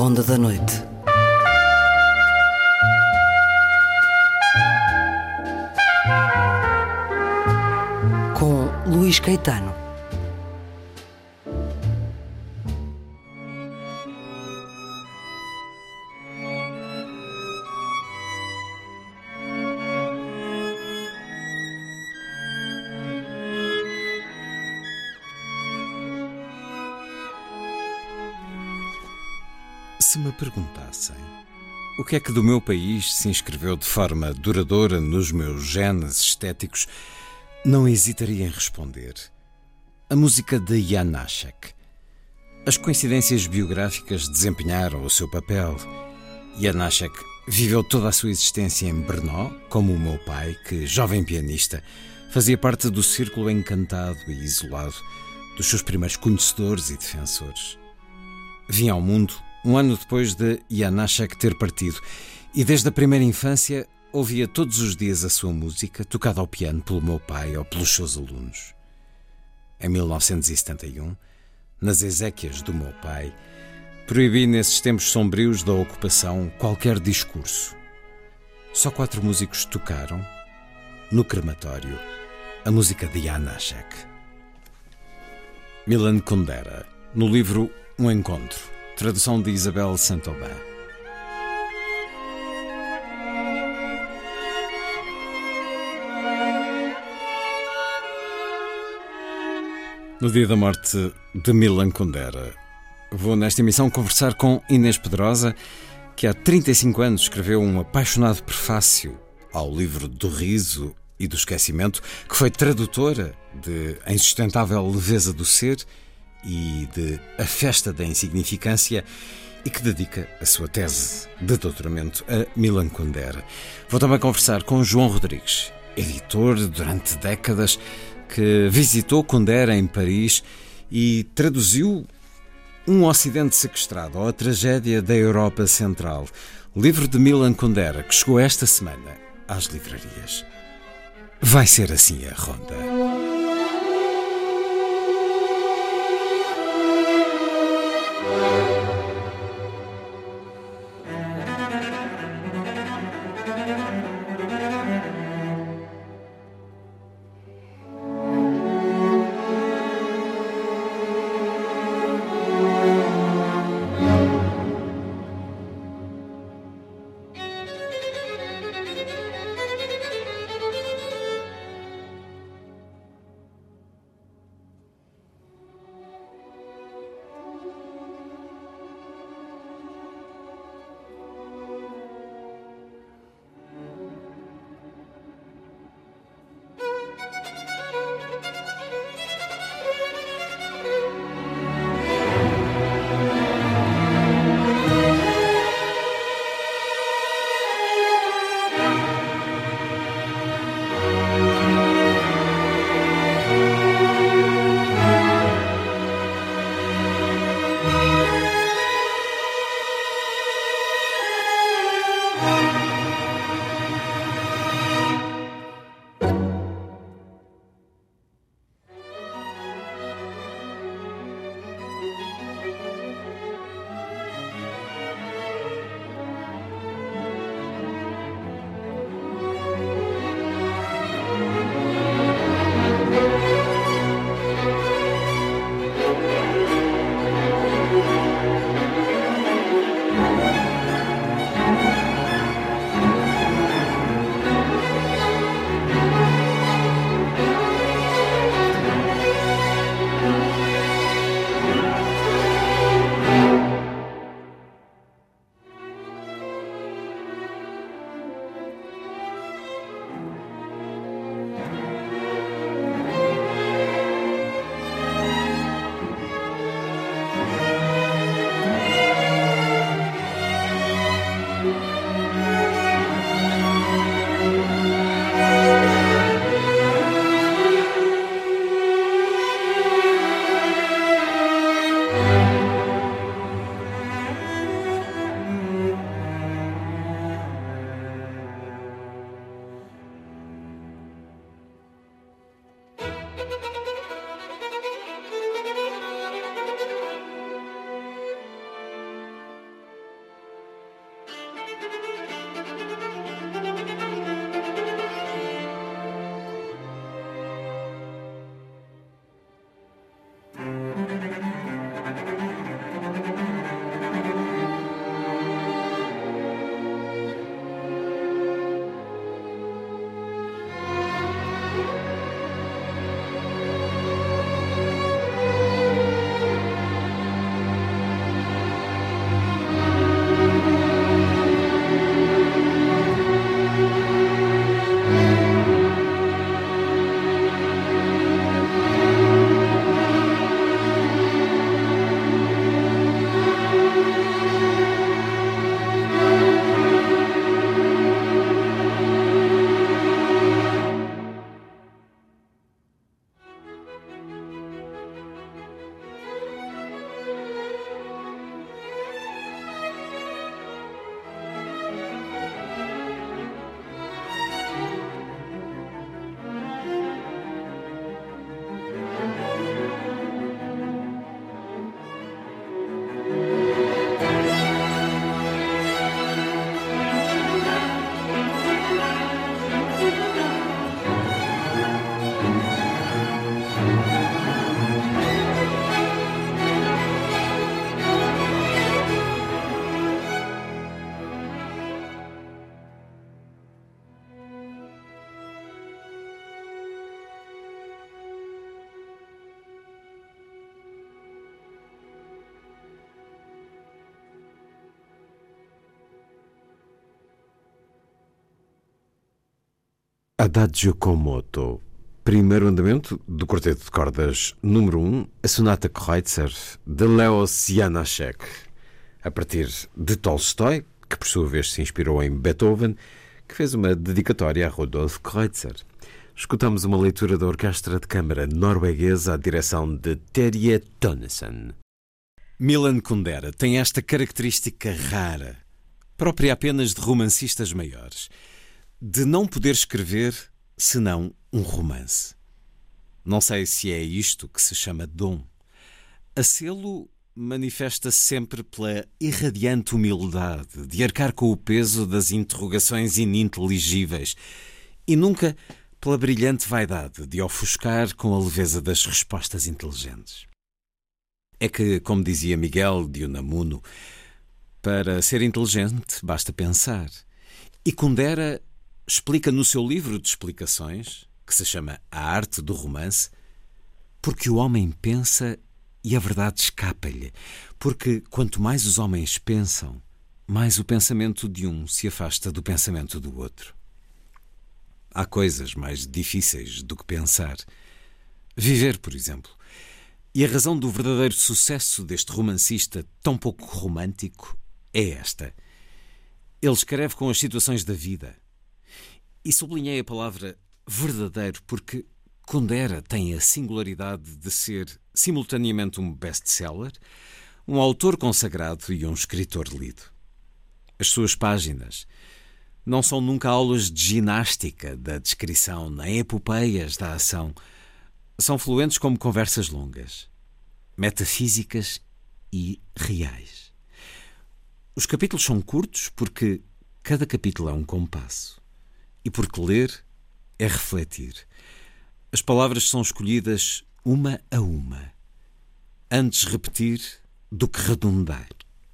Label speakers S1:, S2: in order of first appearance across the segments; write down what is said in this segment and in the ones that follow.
S1: Ronda da Noite. Com Luís Caetano.
S2: Se me perguntassem o que é que do meu país se inscreveu de forma duradoura nos meus genes estéticos, não hesitaria em responder: a música de Janáček. As coincidências biográficas desempenharam o seu papel. Janáček viveu toda a sua existência em Brno, como o meu pai, que, jovem pianista, fazia parte do círculo encantado e isolado dos seus primeiros conhecedores e defensores. Vinha ao mundo um ano depois de Janáček ter partido, e desde a primeira infância ouvia todos os dias a sua música, tocada ao piano pelo meu pai ou pelos seus alunos. Em 1971, nas exéquias do meu pai, proibi nesses tempos sombrios da ocupação qualquer discurso. Só 4 músicos tocaram, no crematório, a música de Janáček. Milan Kundera, no livro Um Encontro, tradução de Isabel Saint-Aubin. No dia da morte de Milan Kundera, vou nesta emissão conversar com Inês Pedrosa, que há 35 anos escreveu um apaixonado prefácio ao livro do riso e do esquecimento, que foi tradutora de A Insustentável Leveza do Ser e de A Festa da Insignificância, e que dedica a sua tese de doutoramento a Milan Kundera. Vou também conversar com João Rodrigues, editor durante décadas, que visitou Kundera em Paris e traduziu Um Ocidente Sequestrado, ou a Tragédia da Europa Central, livro de Milan Kundera, que chegou esta semana às livrarias. Vai ser assim a ronda. Adagio con moto, primeiro andamento do quarteto de cordas número 1, a Sonata Kreutzer, de Leos Janáček, a partir de Tolstói, que por sua vez se inspirou em Beethoven, que fez uma dedicatória a Rudolf Kreutzer. Escutamos uma leitura da Orquestra de Câmara norueguesa à direção de Terje Tønnesen. Milan Kundera tem esta característica rara, própria apenas de romancistas maiores, de não poder escrever senão um romance. Não sei se é isto que se chama dom. A sê-lo manifesta-se sempre pela irradiante humildade de arcar com o peso das interrogações ininteligíveis e nunca pela brilhante vaidade de ofuscar com a leveza das respostas inteligentes. É que, como dizia Miguel de Unamuno, para ser inteligente basta pensar. E Kundera explica no seu livro de explicações, que se chama A Arte do Romance, porque o homem pensa e a verdade escapa-lhe, porque quanto mais os homens pensam, mais o pensamento de um se afasta do pensamento do outro. Há coisas mais difíceis do que pensar. Viver, por exemplo. E a razão do verdadeiro sucesso deste romancista tão pouco romântico é esta. Ele escreve com as situações da vida. E sublinhei a palavra verdadeiro porque Kundera tem a singularidade de ser simultaneamente um best-seller, um autor consagrado e um escritor lido. As suas páginas não são nunca aulas de ginástica da descrição, nem epopeias da ação. São fluentes como conversas longas, metafísicas e reais. Os capítulos são curtos porque cada capítulo é um compasso. E porque ler é refletir. As palavras são escolhidas uma a uma, antes repetir do que redundar.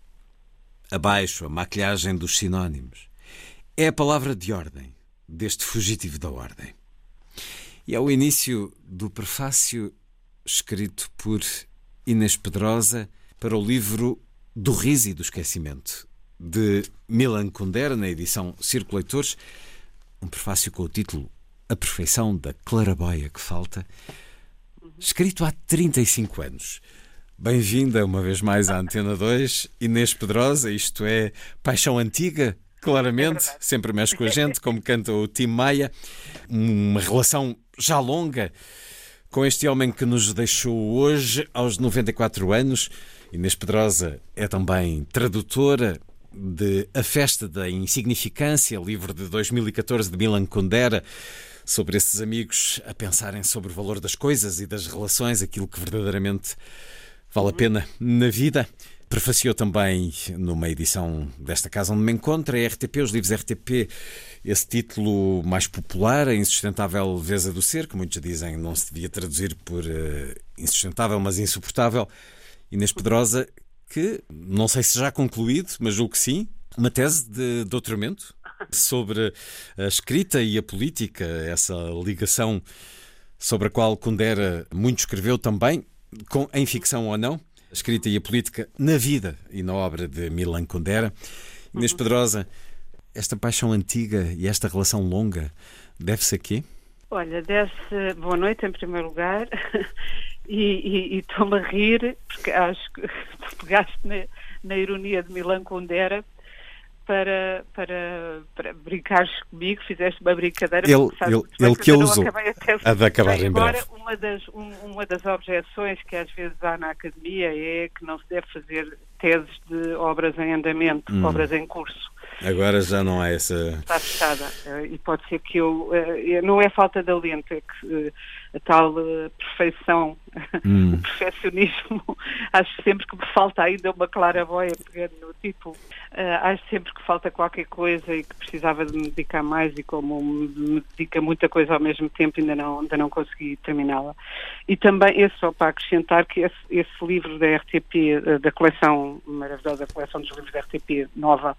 S2: Abaixo a maquilhagem dos sinónimos. É a palavra de ordem, deste fugitivo da ordem. E é o início do prefácio escrito por Inês Pedrosa para o livro Do Riso e do Esquecimento, de Milan Kundera, na edição Círculo Leitores, um prefácio com o título A Perfeição da Claraboia que Falta, escrito há 35 anos. Bem-vinda uma vez mais à Antena 2, Inês Pedrosa, isto é paixão antiga, claramente, sempre mexe com a gente, como canta o Tim Maia, uma relação já longa com este homem que nos deixou hoje aos 94 anos. Inês Pedrosa é também tradutora de A Festa da Insignificância, livro de 2014 de Milan Kundera, sobre esses amigos a pensarem sobre o valor das coisas e das relações, aquilo que verdadeiramente vale a pena na vida. Prefaciou também numa edição desta casa onde me encontro, a RTP, os livros RTP, esse título mais popular, A Insustentável Leveza do Ser, que muitos dizem não se devia traduzir por insustentável, mas insuportável. Inês Pedrosa, que não sei se já concluído, mas julgo que sim, uma tese de doutoramento sobre a escrita e a política, essa ligação sobre a qual Kundera muito escreveu também, em ficção ou não, a escrita e a política na vida e na obra de Milan Kundera. Inês Pedrosa, esta paixão antiga e esta relação longa deve-se a quê?
S3: Olha, deve-se... Boa noite, em primeiro lugar. E estou-me a rir, porque acho que pegaste na ironia de Milan Kundera para brincares comigo, fizeste uma brincadeira.
S2: Ele que ele usou a de acabar em breve.
S3: Agora, uma das objeções que às vezes há na academia é que não se deve fazer teses de obras em andamento, obras em curso.
S2: Agora já não há essa...
S3: Está fechada. E pode ser que não é falta de alento, é que a tal perfeição, o perfeccionismo, acho sempre que me falta ainda uma claraboia pegando no título. Acho sempre que falta qualquer coisa e que precisava de me dedicar mais, e como me dedica muita coisa ao mesmo tempo, ainda não consegui terminá-la. E também, só para acrescentar que esse livro da RTP, da coleção maravilhosa, coleção dos livros da RTP nova,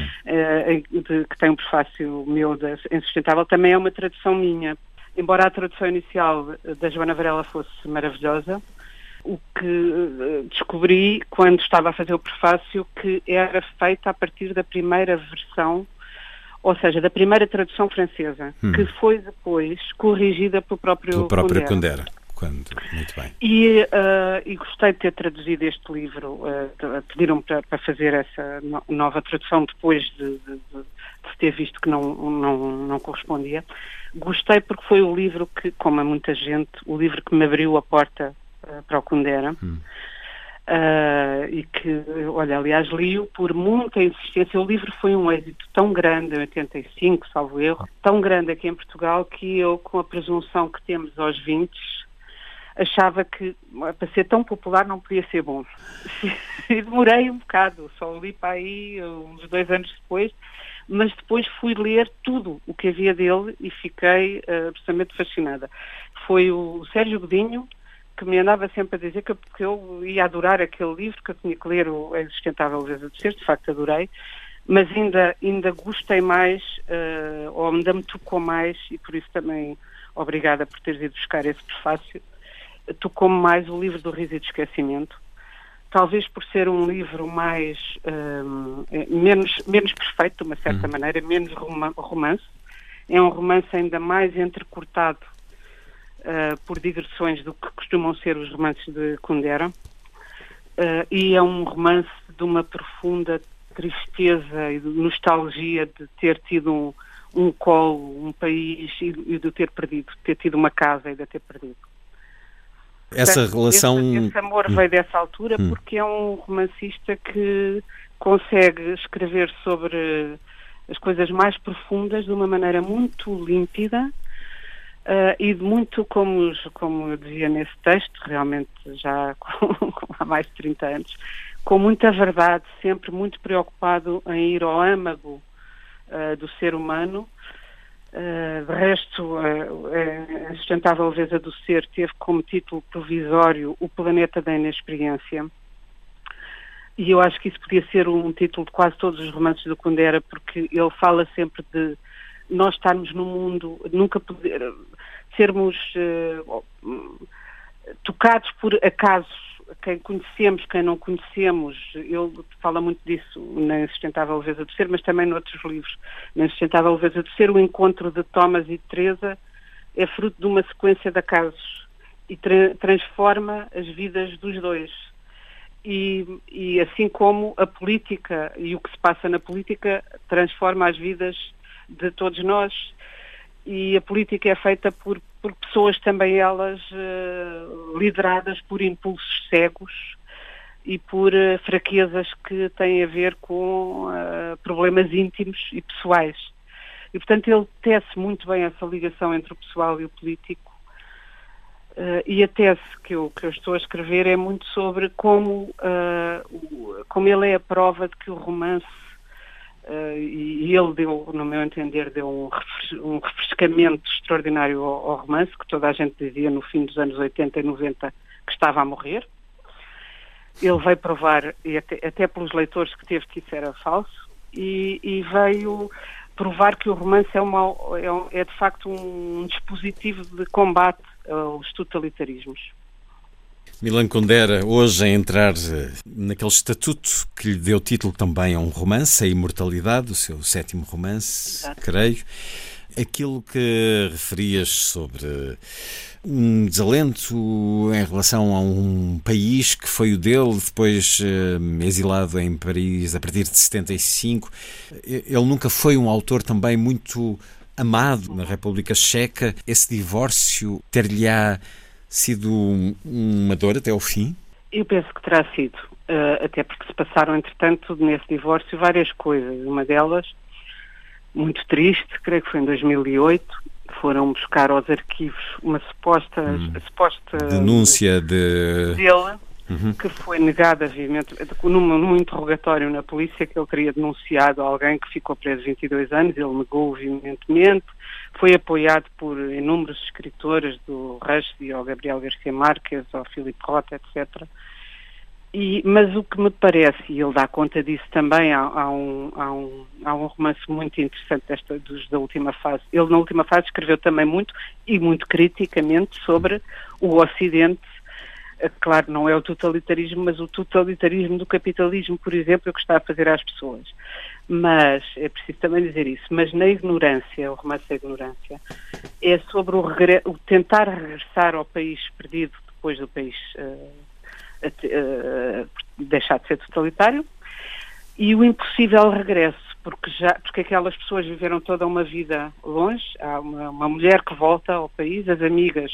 S3: que tem um prefácio meu da Insustentável, também é uma tradução minha. Embora a tradução inicial da Joana Varela fosse maravilhosa, o que descobri quando estava a fazer o prefácio que era feita a partir da primeira versão ou seja, da primeira tradução francesa, que foi depois corrigida pelo próprio
S2: Kundera. Muito bem.
S3: E gostei de ter traduzido este livro. Pediram-me para fazer essa nova tradução depois de ter visto que não correspondia. Gostei porque foi o livro que, como a muita gente, o livro que me abriu a porta para o Kundera. E que, olha, aliás, li-o por muita insistência. O livro foi um êxito tão grande, em 85, salvo erro, tão grande aqui em Portugal, que eu, com a presunção que temos aos 20, achava que, para ser tão popular, não podia ser bom. E demorei um bocado, só li para aí uns 2 anos depois, mas depois fui ler tudo o que havia dele e fiquei absolutamente fascinada. Foi o Sérgio Godinho que me andava sempre a dizer que eu ia adorar aquele livro, que eu tinha que ler o A Insustentável Leveza do Ser, de facto adorei, mas ainda gostei mais, ou ainda me tocou mais, e por isso também obrigada por teres ido buscar esse prefácio, tocou-me mais o livro do Riso e do Esquecimento, talvez por ser um livro mais, menos perfeito, de uma certa maneira, menos romance, é um romance ainda mais entrecortado por digressões do que costumam ser os romances de Kundera, e é um romance de uma profunda tristeza e de nostalgia de ter tido um colo, um país e de ter perdido, de ter tido uma casa e de ter perdido.
S2: Essa relação...
S3: Esse amor veio dessa altura porque é um romancista que consegue escrever sobre as coisas mais profundas de uma maneira muito límpida, e de muito, como eu dizia nesse texto, realmente já há mais de 30 anos, com muita verdade, sempre muito preocupado em ir ao âmago do ser humano. De resto, a Insustentável Leveza do Ser teve como título provisório O Planeta da Inexperiência, e eu acho que isso podia ser um título de quase todos os romances do Kundera, porque ele fala sempre de nós estarmos no mundo, nunca poder sermos tocados por acasos, quem conhecemos, quem não conhecemos. Ele fala muito disso na Insustentável Leveza do Ser, mas também noutros livros. Na Insustentável Leveza do Ser, o encontro de Thomas e de Teresa é fruto de uma sequência de acasos e transforma as vidas dos dois. E assim como a política e o que se passa na política transforma as vidas de todos nós, e a política é feita por pessoas também elas lideradas por impulsos cegos e por fraquezas que têm a ver com problemas íntimos e pessoais. E, portanto, ele tece muito bem essa ligação entre o pessoal e o político, e a tese que eu estou a escrever é muito sobre como ele é a prova de que o romance, e ele deu, no meu entender, deu um refrescamento extraordinário ao romance, que toda a gente dizia no fim dos anos 80 e 90 que estava a morrer. Ele veio provar, e até pelos leitores que teve, que isso era falso, e veio provar que o romance é de facto um dispositivo de combate aos totalitarismos.
S2: Milan Kundera, hoje a entrar naquele estatuto que lhe deu título também a um romance, A Imortalidade, o seu 7º romance, exato, creio. Aquilo que referias sobre um desalento em relação a um país que foi o dele, depois exilado em Paris a partir de 75. Ele nunca foi um autor também muito amado na República Checa. Esse divórcio ter-lhe-á sido uma dor até ao fim?
S3: Eu penso que terá sido, até porque se passaram, entretanto, nesse divórcio várias coisas. Uma delas, muito triste, creio que foi em 2008, foram buscar aos arquivos uma suposta
S2: denúncia dele,
S3: que foi negada vivamente num interrogatório na polícia, que ele teria denunciado alguém que ficou preso 22 anos, ele negou veementemente, foi apoiado por inúmeros escritores, do Rushdie ao Gabriel Garcia Marques, ao Philip Roth, etc. Mas o que me parece, e ele dá conta disso também, há um romance muito interessante da última fase. Ele na última fase escreveu também muito, e muito criticamente, sobre o Ocidente, Claro, não é o totalitarismo, mas o totalitarismo do capitalismo, por exemplo, é o que está a fazer às pessoas. Mas, é preciso também dizer isso, mas na ignorância, o romance da ignorância, é sobre o tentar regressar ao país perdido depois do país deixar de ser totalitário, e o impossível regresso, porque aquelas pessoas viveram toda uma vida longe. Há uma mulher que volta ao país, as amigas,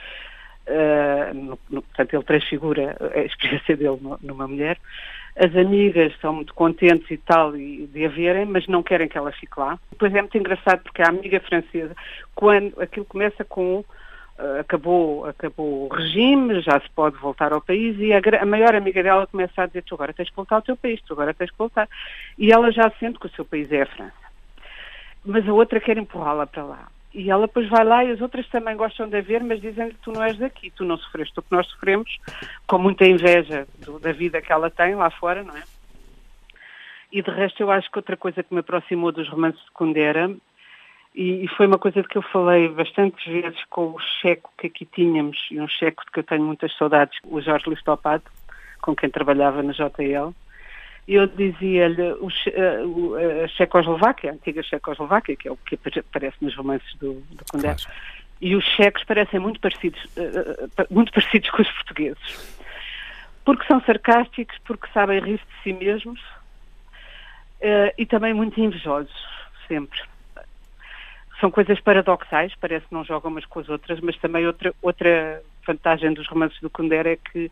S3: portanto ele transfigura a experiência dele numa mulher, as amigas estão muito contentes e tal de a verem, mas não querem que ela fique lá. Depois é muito engraçado porque a amiga francesa, quando aquilo começa com acabou o regime, já se pode voltar ao país, e a maior amiga dela começa a dizer: tu agora tens que voltar ao teu país, tu agora tens que voltar. E ela já sente que o seu país é a França. Mas a outra quer empurrá-la para lá. E ela depois vai lá, e as outras também gostam de a ver, mas dizem que tu não és daqui, tu não sofreste o que nós sofremos, com muita inveja da vida que ela tem lá fora, não é? E de resto eu acho que outra coisa que me aproximou dos romances de Kundera, e foi uma coisa de que eu falei bastantes vezes com o checo que aqui tínhamos, e um checo de que eu tenho muitas saudades, o Jorge Listopado, com quem trabalhava na JL, e eu dizia-lhe, a Checoslováquia, a antiga Checoslováquia, que é o que aparece nos romances do Kundera, claro. E os checos parecem muito parecidos com os portugueses, porque são sarcásticos, porque sabem rir de si mesmos, e também muito invejosos, sempre. São coisas paradoxais, parece que não jogam umas com as outras, mas também outra vantagem dos romances do Kundera é que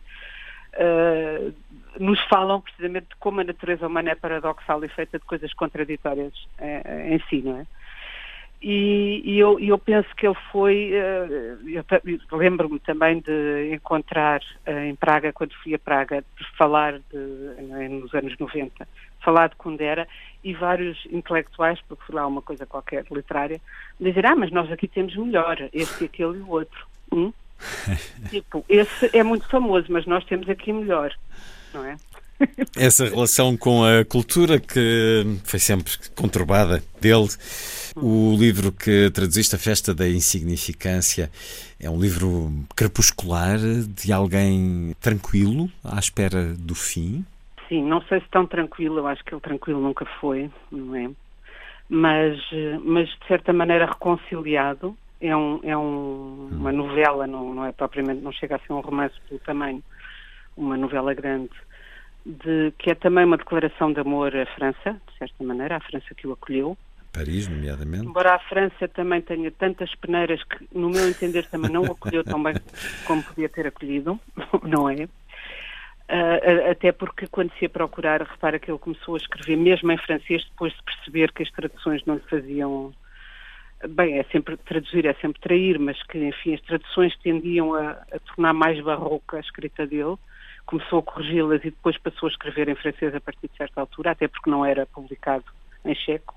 S3: nos falam precisamente de como a natureza humana é paradoxal e feita de coisas contraditórias em si, não é? E eu penso que ele foi... eu lembro-me também de encontrar em Praga, quando fui a Praga, de falar nos anos 90, falar de Kundera, e vários intelectuais, porque foi lá uma coisa qualquer literária, dizer: mas nós aqui temos melhor, este, aquele e o outro. Tipo, esse é muito famoso, mas nós temos aqui melhor, não é?
S2: Essa relação com a cultura que foi sempre conturbada dele. O livro que traduziste, A Festa da Insignificância, é um livro crepuscular de alguém tranquilo, à espera do fim.
S3: Sim, não sei se tão tranquilo, eu acho que ele tranquilo nunca foi, não é? Mas de certa maneira reconciliado. É uma novela, não é propriamente, não chega a ser um romance pelo tamanho, uma novela grande, que é também uma declaração de amor à França, de certa maneira, à França que o acolheu.
S2: Paris, nomeadamente.
S3: Embora a França também tenha tantas peneiras que, no meu entender, também não o acolheu tão bem como podia ter acolhido, não é? Até porque quando se ia procurar, repara que ele começou a escrever mesmo em francês depois de perceber que as traduções não lhe faziam... Bem, traduzir é sempre trair, mas que, enfim, as traduções tendiam a tornar mais barroca a escrita dele. Começou a corrigi-las e depois passou a escrever em francês a partir de certa altura, até porque não era publicado em checo.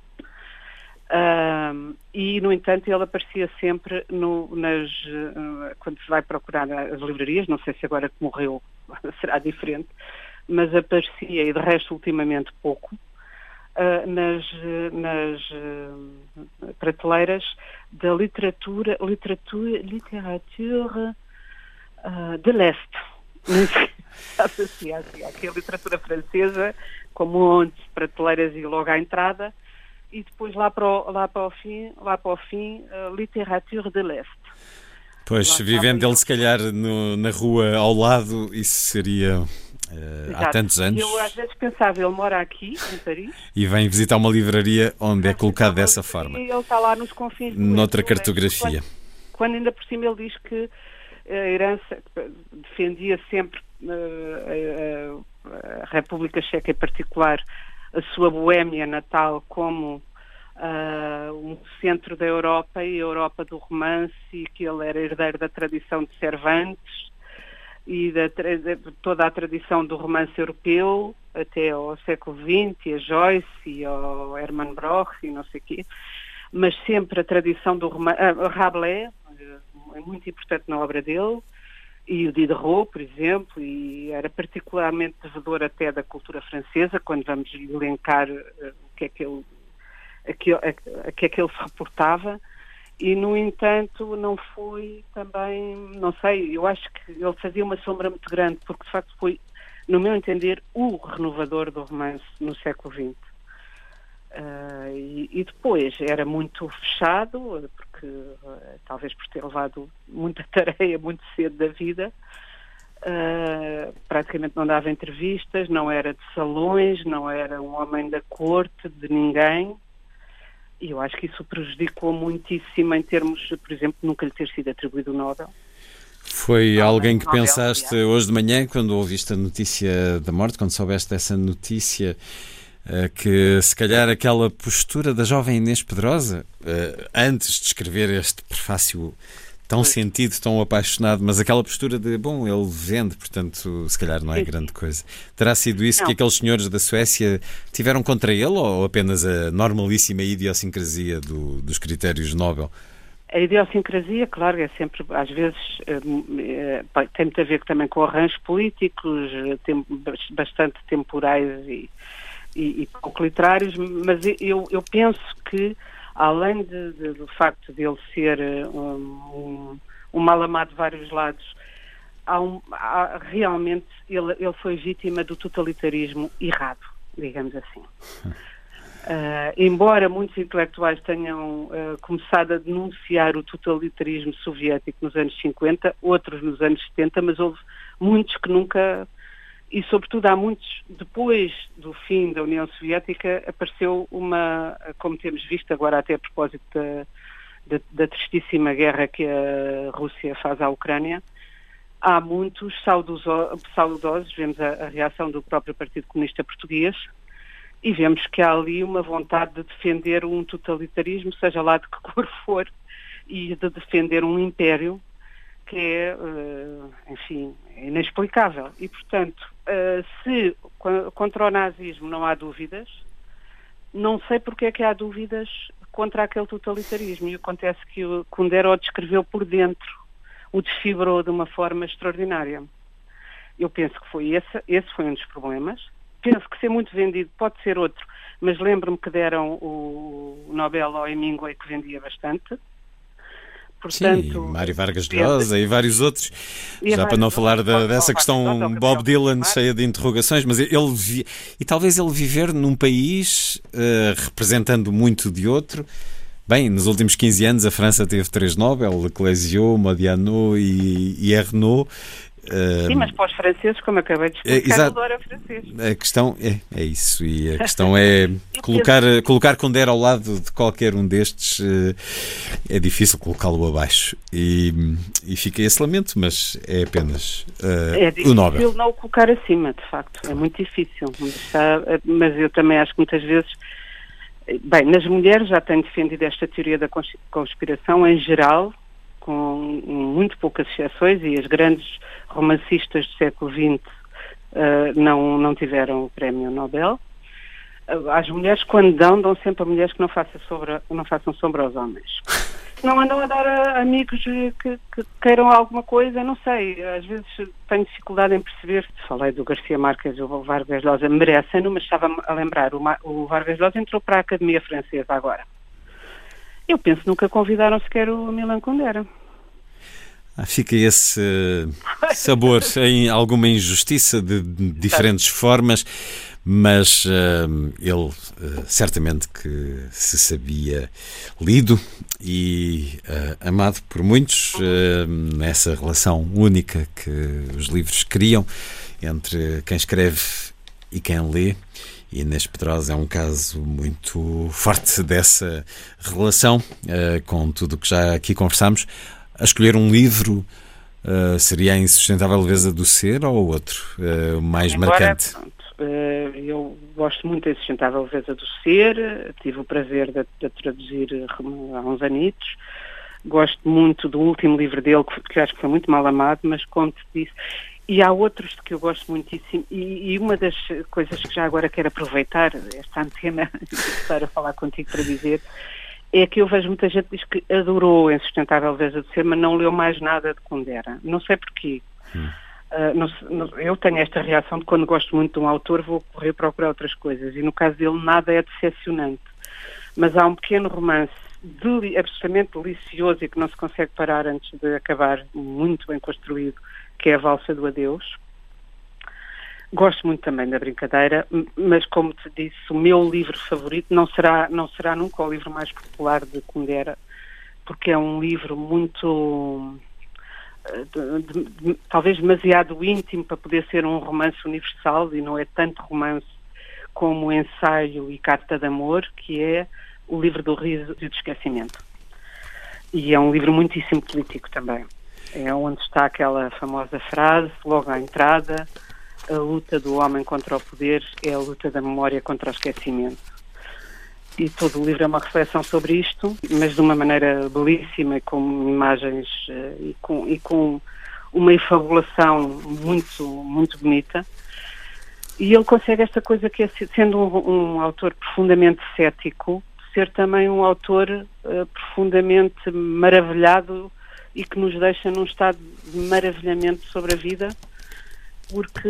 S3: E, no entanto, ele aparecia sempre quando se vai procurar as livrarias, não sei se agora que morreu será diferente, mas aparecia, e de resto ultimamente pouco, nas prateleiras da literatura de leste. Assim, aqui a literatura francesa, com montes de prateleiras e logo à entrada, e depois lá para o fim, literatura de leste.
S2: Pois, vivendo ele se calhar na rua ao lado, isso seria... há tantos anos.
S3: Eu às vezes pensava, ele mora aqui, em Paris.
S2: E vem visitar uma livraria onde é colocado dessa forma.
S3: E ele está lá nos confins do
S2: noutra cartografia.
S3: Quando ainda por cima ele diz que a herança defendia sempre a República Checa, em particular a sua Boémia natal, como um centro da Europa e a Europa do romance, e que ele era herdeiro da tradição de Cervantes e de toda a tradição do romance europeu até ao século XX, e a Joyce e ao Hermann Broch e não sei o quê, mas sempre a tradição do romance, Rabelais é muito importante na obra dele, e o Diderot, por exemplo, e era particularmente devedor até da cultura francesa, quando vamos elencar o que é que ele se reportava. E, no entanto, não foi também, não sei, eu acho que ele fazia uma sombra muito grande, porque de facto foi, no meu entender, o renovador do romance no século XX. E depois era muito fechado, porque talvez por ter levado muita tarefa muito cedo da vida, praticamente não dava entrevistas, não era de salões, não era um homem da corte de ninguém. E eu acho que isso prejudicou muitíssimo em termos, por exemplo, nunca lhe ter sido atribuído o Nobel.
S2: Foi alguém que
S3: Nobel,
S2: pensaste hoje de manhã, quando ouviste a notícia da morte, quando soubeste dessa notícia, que se calhar aquela postura da jovem Inês Pedrosa, antes de escrever este prefácio tão sentido, tão apaixonado, mas aquela postura de, bom, ele vende, portanto, se calhar não é grande coisa. Terá sido isso que aqueles senhores da Suécia tiveram contra ele, ou apenas a normalíssima idiosincrasia dos critérios Nobel?
S3: A idiosincrasia, claro, é sempre, às vezes, tem muito a ver também com arranjos políticos, bastante temporais e pouco literários, mas eu penso que, além do facto de ele ser um mal amado de vários lados, realmente ele foi vítima do totalitarismo errado, digamos assim. Embora muitos intelectuais tenham começado a denunciar o totalitarismo soviético nos anos 50, outros nos anos 70, mas houve muitos que nunca... E, sobretudo, há muitos, depois do fim da União Soviética, apareceu como temos visto agora até a propósito da tristíssima guerra que a Rússia faz à Ucrânia, há muitos saudosos, vemos a reação do próprio Partido Comunista Português, e vemos que há ali uma vontade de defender um totalitarismo, seja lá de que cor for, e de defender um império que é, enfim, inexplicável. E, portanto, se contra o nazismo não há dúvidas, não sei porque é que há dúvidas contra aquele totalitarismo. E acontece que o Kundera o descreveu por dentro, o desfibrou de uma forma extraordinária. Eu penso que foi esse foi um dos problemas. Penso que ser muito vendido pode ser outro, mas lembro-me que deram o Nobel ao Hemingway, que vendia bastante. Portanto,
S2: sim, Mário Vargas Llosa e vários outros, já para não falar dessa questão Bob Dylan cheia de interrogações, mas e talvez ele viver num país representando muito de outro. Bem, nos últimos 15 anos a França teve 3 Nobel, Leclésio, Modiano e Ernaud.
S3: Sim, mas para os franceses, como acabei de explicar, eu adoro francês.
S2: A questão é isso, e a questão é colocar Kundera ao lado de qualquer um destes, é difícil colocá-lo abaixo, e fica esse lamento, mas é apenas o Nobel. É
S3: difícil não o colocar acima, de facto, é muito difícil, mas eu também acho que muitas vezes, bem, nas mulheres já tenho defendido esta teoria da conspiração em geral, com muito poucas exceções, e as grandes romancistas do século XX não tiveram o prémio Nobel. As mulheres, quando dão sempre a mulheres que não façam sombra aos homens. Não andam a dar a amigos que queiram alguma coisa, não sei. Às vezes tenho dificuldade em perceber. Falei do Garcia Marques, o Vargas Llosa merecem-no, mas estava a lembrar, o Vargas Llosa entrou para a Academia Francesa agora. Eu penso que nunca convidaram sequer o Milan Kundera.
S2: Fica esse sabor em alguma injustiça de diferentes formas, mas ele certamente que se sabia lido e amado por muitos nessa relação única que os livros criam entre quem escreve e quem lê. E Inês Pedrosa é um caso muito forte dessa relação, com tudo o que já aqui conversámos. A escolher um livro, seria a Insustentável Leveza do Ser ou outro, mais marcante?
S3: Eu gosto muito da Insustentável Leveza do Ser, tive o prazer de traduzir há uns anitos. Gosto muito do último livro dele, que acho que foi muito mal amado, mas conto disso. E há outros que eu gosto muitíssimo, e uma das coisas que já agora quero aproveitar esta antena e estar a falar contigo para dizer, é que eu vejo muita gente que diz que adorou a Insustentável Leveza do Ser, mas não leu mais nada de Kundera. Não sei porquê. Eu tenho esta reação de quando gosto muito de um autor vou correr procurar outras coisas, e no caso dele nada é decepcionante. Mas há um pequeno romance absolutamente delicioso e que não se consegue parar antes de acabar, muito bem construído, que é a Valsa do Adeus. Gosto muito também da brincadeira, mas como te disse, o meu livro favorito não será nunca o livro mais popular de Kundera, porque é um livro muito, talvez demasiado íntimo para poder ser um romance universal, e não é tanto romance como ensaio e carta de amor, que é o livro do riso e do esquecimento. E é um livro muitíssimo político também. É onde está aquela famosa frase, logo à entrada: a luta do homem contra o poder é a luta da memória contra o esquecimento. E todo o livro é uma reflexão sobre isto, mas de uma maneira belíssima, com imagens e com uma efabulação muito, muito bonita. E ele consegue esta coisa que é, sendo um autor profundamente cético, ser também um autor profundamente maravilhado e que nos deixa num estado de maravilhamento sobre a vida, porque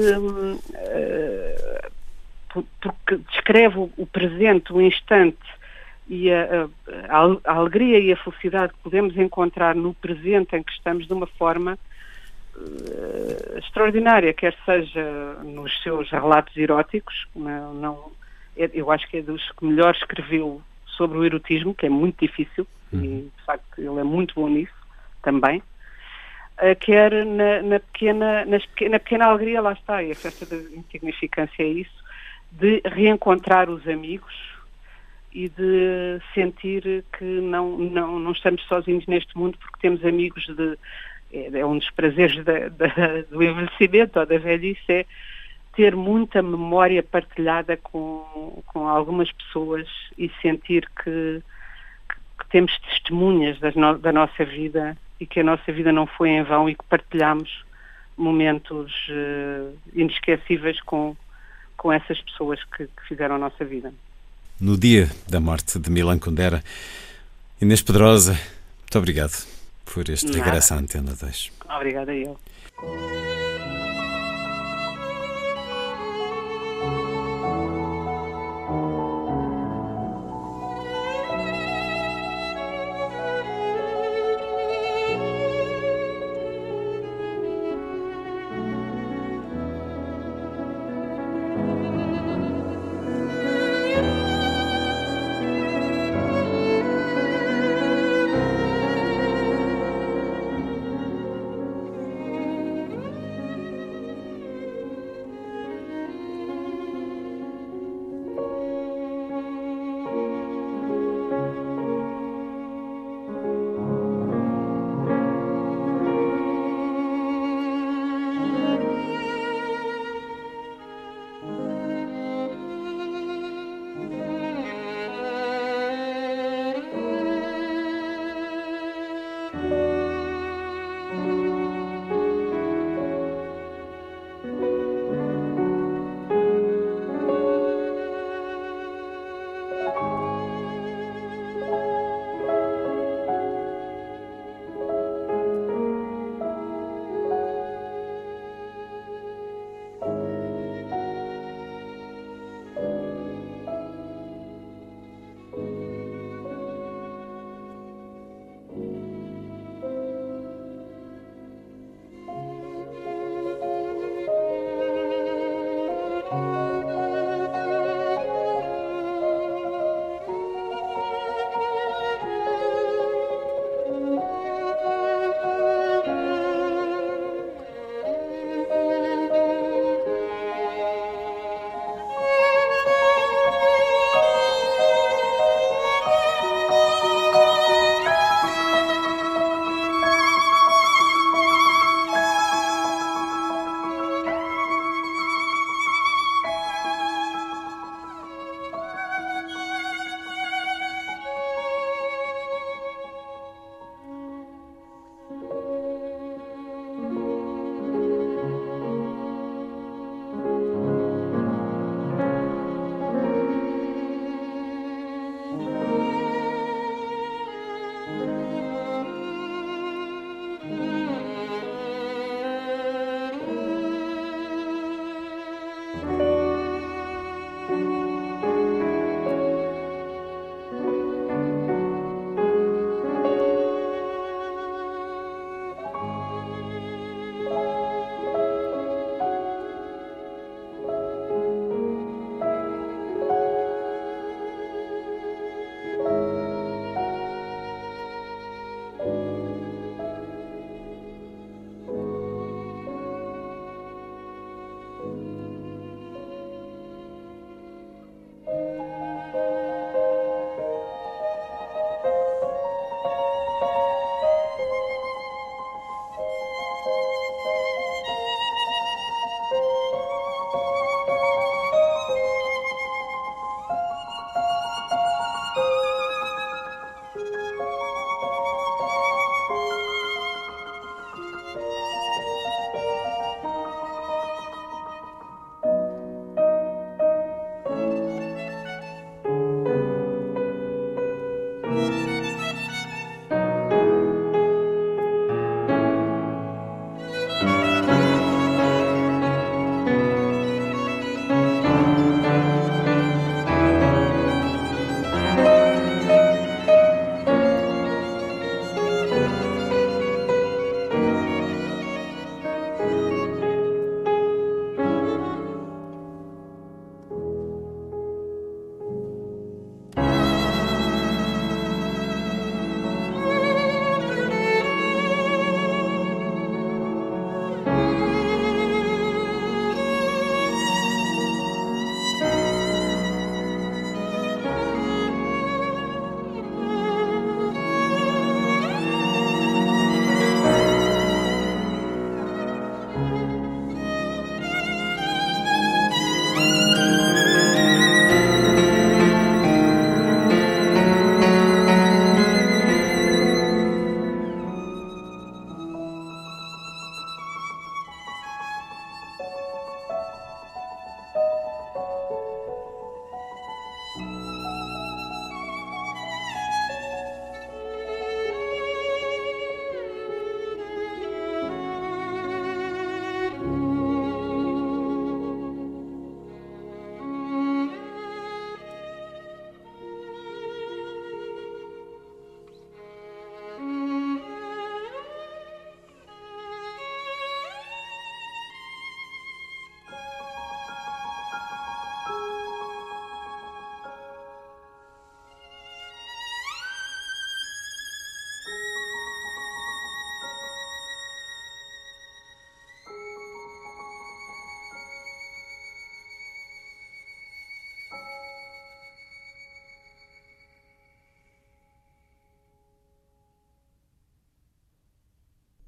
S3: descreve o presente, o instante, e a alegria e a felicidade que podemos encontrar no presente em que estamos de uma forma extraordinária, quer seja nos seus relatos eróticos. Eu acho que é dos que melhor escreveu sobre o erotismo, que é muito difícil, e de facto ele é muito bom nisso também. Quer na pequena alegria, lá está, e a festa da insignificância é isso, de reencontrar os amigos e de sentir que não estamos sozinhos neste mundo, porque temos amigos. É um dos prazeres do envelhecimento ou da velhice, é ter muita memória partilhada com algumas pessoas e sentir que temos testemunhas da nossa vida e que a nossa vida não foi em vão e que partilhamos momentos inesquecíveis com essas pessoas que fizeram a nossa vida.
S2: No dia da morte de Milan Kundera, Inês Pedrosa, muito obrigado por este regresso à Antena 2.
S3: Obrigada a eu.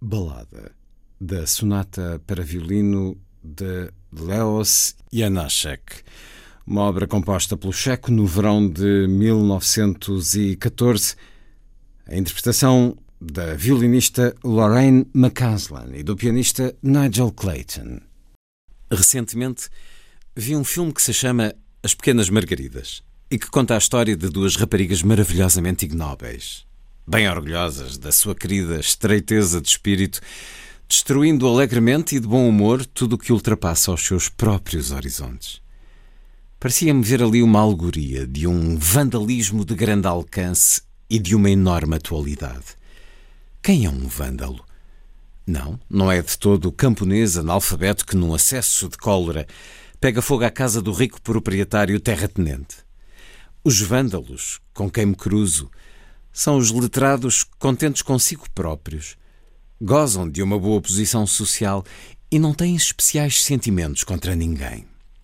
S2: Balada, da sonata para violino de Leos Janáček, uma obra composta pelo checo no verão de 1914, a interpretação da violinista Lorraine McCausland e do pianista Nigel Clayton. Recentemente vi um filme que se chama As Pequenas Margaridas e que conta a história de duas raparigas maravilhosamente ignóbeis, bem orgulhosas da sua querida estreiteza de espírito, destruindo alegremente e de bom humor tudo o que ultrapassa os seus próprios horizontes. Parecia-me ver ali uma alegoria de um vandalismo de grande alcance e de uma enorme atualidade. Quem é um vândalo? Não é de todo o camponês analfabeto que, num acesso de cólera, pega fogo à casa do rico proprietário terratenente. Os vândalos, com quem me cruzo, são os letrados contentes consigo próprios, gozam de uma boa posição social e não têm especiais sentimentos contra ninguém.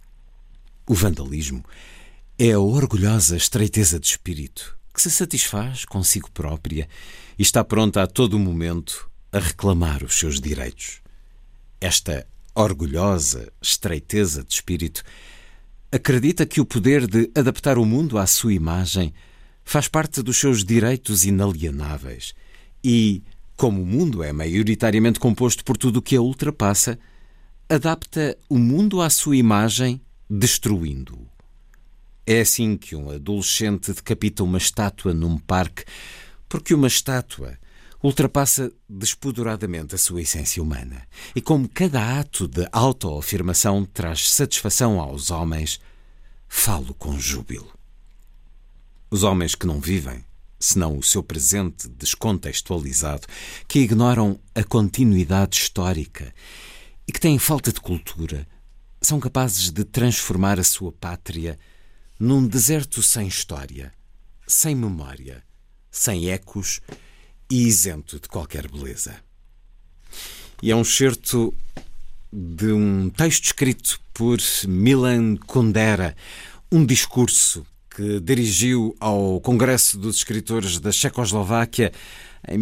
S2: O vandalismo é a orgulhosa estreiteza de espírito que se satisfaz consigo própria e está pronta a todo momento a reclamar os seus direitos. Esta orgulhosa estreiteza de espírito acredita que o poder de adaptar o mundo à sua imagem faz parte dos seus direitos inalienáveis e, como o mundo é maioritariamente composto por tudo o que a ultrapassa, adapta o mundo à sua imagem, destruindo-o. É assim que um adolescente decapita uma estátua num parque, porque uma estátua ultrapassa despoderadamente a sua essência humana. E como cada ato de autoafirmação traz satisfação aos homens, falo com júbilo. Os homens que não vivem, senão o seu presente descontextualizado, que ignoram a continuidade histórica e que têm falta de cultura, são capazes de transformar a sua pátria num deserto sem história, sem memória, sem ecos e isento de qualquer beleza. E é um excerto de um texto escrito por Milan Kundera, um discurso que dirigiu ao Congresso dos Escritores da Checoslováquia em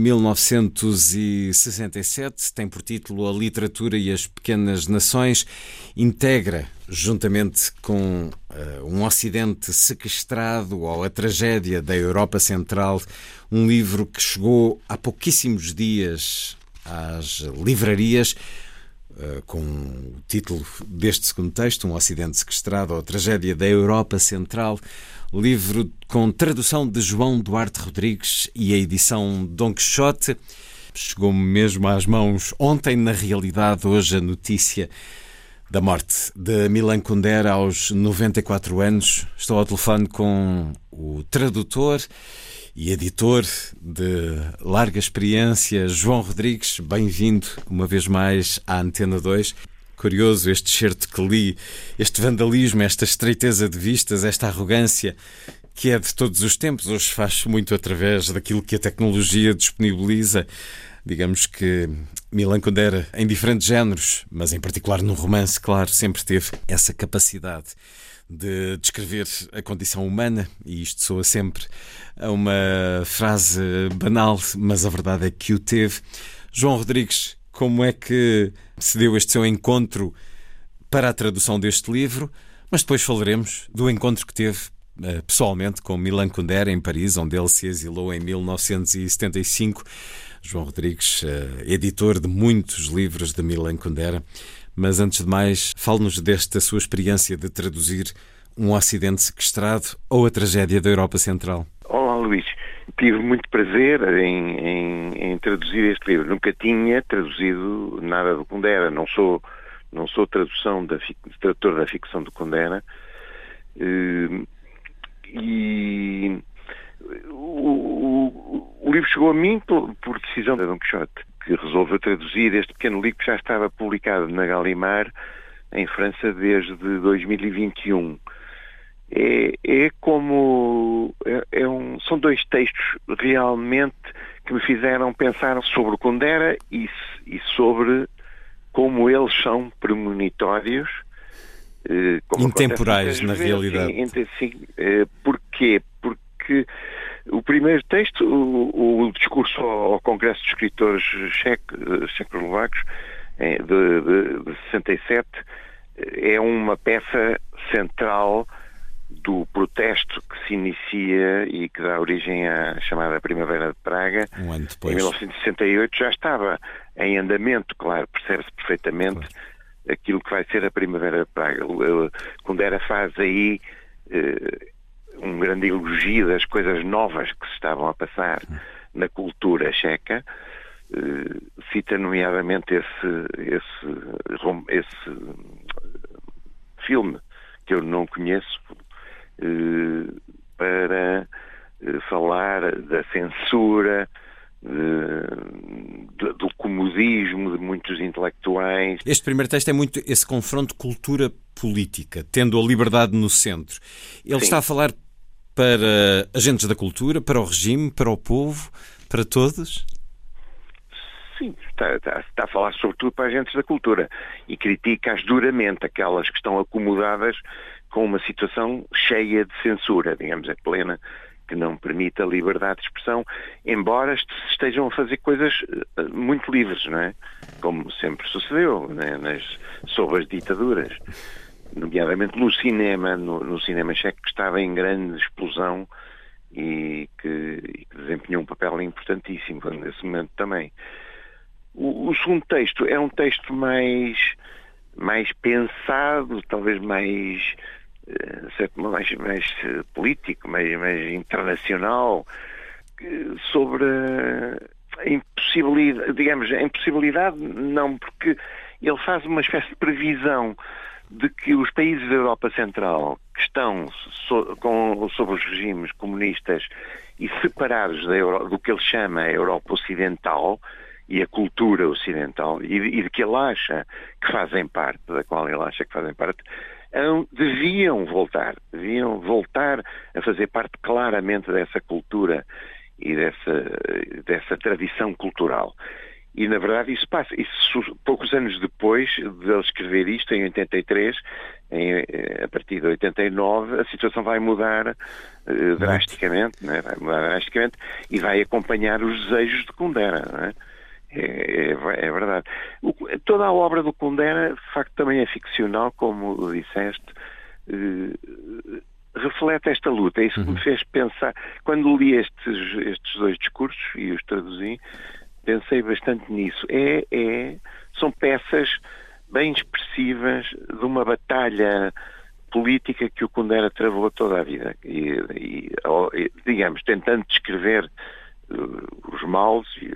S2: 1967, tem por título A Literatura e as Pequenas Nações, integra, juntamente com um Ocidente sequestrado ou a tragédia da Europa Central, um livro que chegou há pouquíssimos dias às livrarias, com o título deste segundo texto, Um Ocidente Sequestrado ou a Tragédia da Europa Central, livro com tradução de João Duarte Rodrigues e a edição Dom Quixote. Chegou-me mesmo às mãos ontem, na realidade, hoje a notícia da morte de Milan Kundera aos 94 anos. Estou ao telefone com o tradutor e editor de larga experiência, João Rodrigues. Bem-vindo uma vez mais à Antena 2. Curioso este excerto que li, este vandalismo, esta estreiteza de vistas, esta arrogância que é de todos os tempos. Hoje faz muito através daquilo que a tecnologia disponibiliza. Digamos que Milan Kundera, em diferentes géneros, mas em particular no romance, claro, sempre teve essa capacidade de descrever a condição humana, e isto soa sempre a uma frase banal, mas a verdade é que o teve. João Rodrigues, como é que se deu este seu encontro para a tradução deste livro? Mas depois falaremos do encontro que teve pessoalmente com Milan Kundera em Paris, onde ele se exilou em 1975. João Rodrigues, editor de muitos livros de Milan Kundera. Mas antes de mais, fale-nos desta sua experiência de traduzir Um Ocidente Sequestrado ou a Tragédia da Europa Central.
S4: Olá, Luís. Tive muito prazer em traduzir este livro. Nunca tinha traduzido nada do Kundera. Não sou tradutor da ficção do Kundera. E o livro chegou a mim por decisão da Dom Quixote, que resolveu traduzir este pequeno livro que já estava publicado na Gallimard, em França, desde 2021. São dois textos realmente que me fizeram pensar sobre o Kundera e sobre como eles são premonitórios.
S2: Intemporais, na realidade.
S4: Sim, porquê? Porque O primeiro texto, o discurso ao Congresso de Escritores Checoslovacos, de 67, é uma peça central do protesto que se inicia e que dá origem à chamada Primavera de Praga.
S2: Um ano depois.
S4: Em 1968 já estava em andamento, claro, percebe-se perfeitamente aquilo que vai ser a Primavera de Praga. Kundera faz aí um grande elogio das coisas novas que se estavam a passar na cultura checa. Cita nomeadamente esse filme que eu não conheço, para falar da censura, do comodismo de muitos intelectuais.
S2: Este primeiro texto é muito esse confronto cultura-política, tendo a liberdade no centro. Ele
S4: Sim.
S2: está a falar para agentes da cultura, para o regime, para o povo, para todos?
S4: Sim, está a falar sobretudo para agentes da cultura e critica-as duramente, aquelas que estão acomodadas com uma situação cheia de censura, digamos, é plena, que não permite a liberdade de expressão, embora estejam a fazer coisas muito livres, não é? Como sempre sucedeu, né? Sob as ditaduras, nomeadamente no cinema, no cinema checo, que estava em grande explosão e que desempenhou um papel importantíssimo nesse momento também. O segundo texto é um texto mais pensado, talvez mais político, mais internacional, sobre a impossibilidade, digamos, a impossibilidade não, porque ele faz uma espécie de previsão de que os países da Europa Central que estão sob os regimes comunistas e separados do que ele chama a Europa Ocidental e a cultura ocidental, e de que ele acha que fazem parte, da qual ele acha que fazem parte, deviam voltar a fazer parte claramente dessa cultura e dessa tradição cultural. E, na verdade, isso passa. Poucos anos depois de ele escrever isto, em 83, a partir de 89, a situação vai mudar drasticamente, né? Vai mudar drasticamente e vai acompanhar os desejos de Kundera, não é? É verdade. Toda a obra do Kundera, de facto, também é ficcional, como disseste, reflete esta luta. É isso que me fez pensar. Quando li estes dois discursos e os traduzi, pensei bastante nisso. São peças bem expressivas de uma batalha política que o Kundera travou toda a vida. E digamos, tentando descrever os males e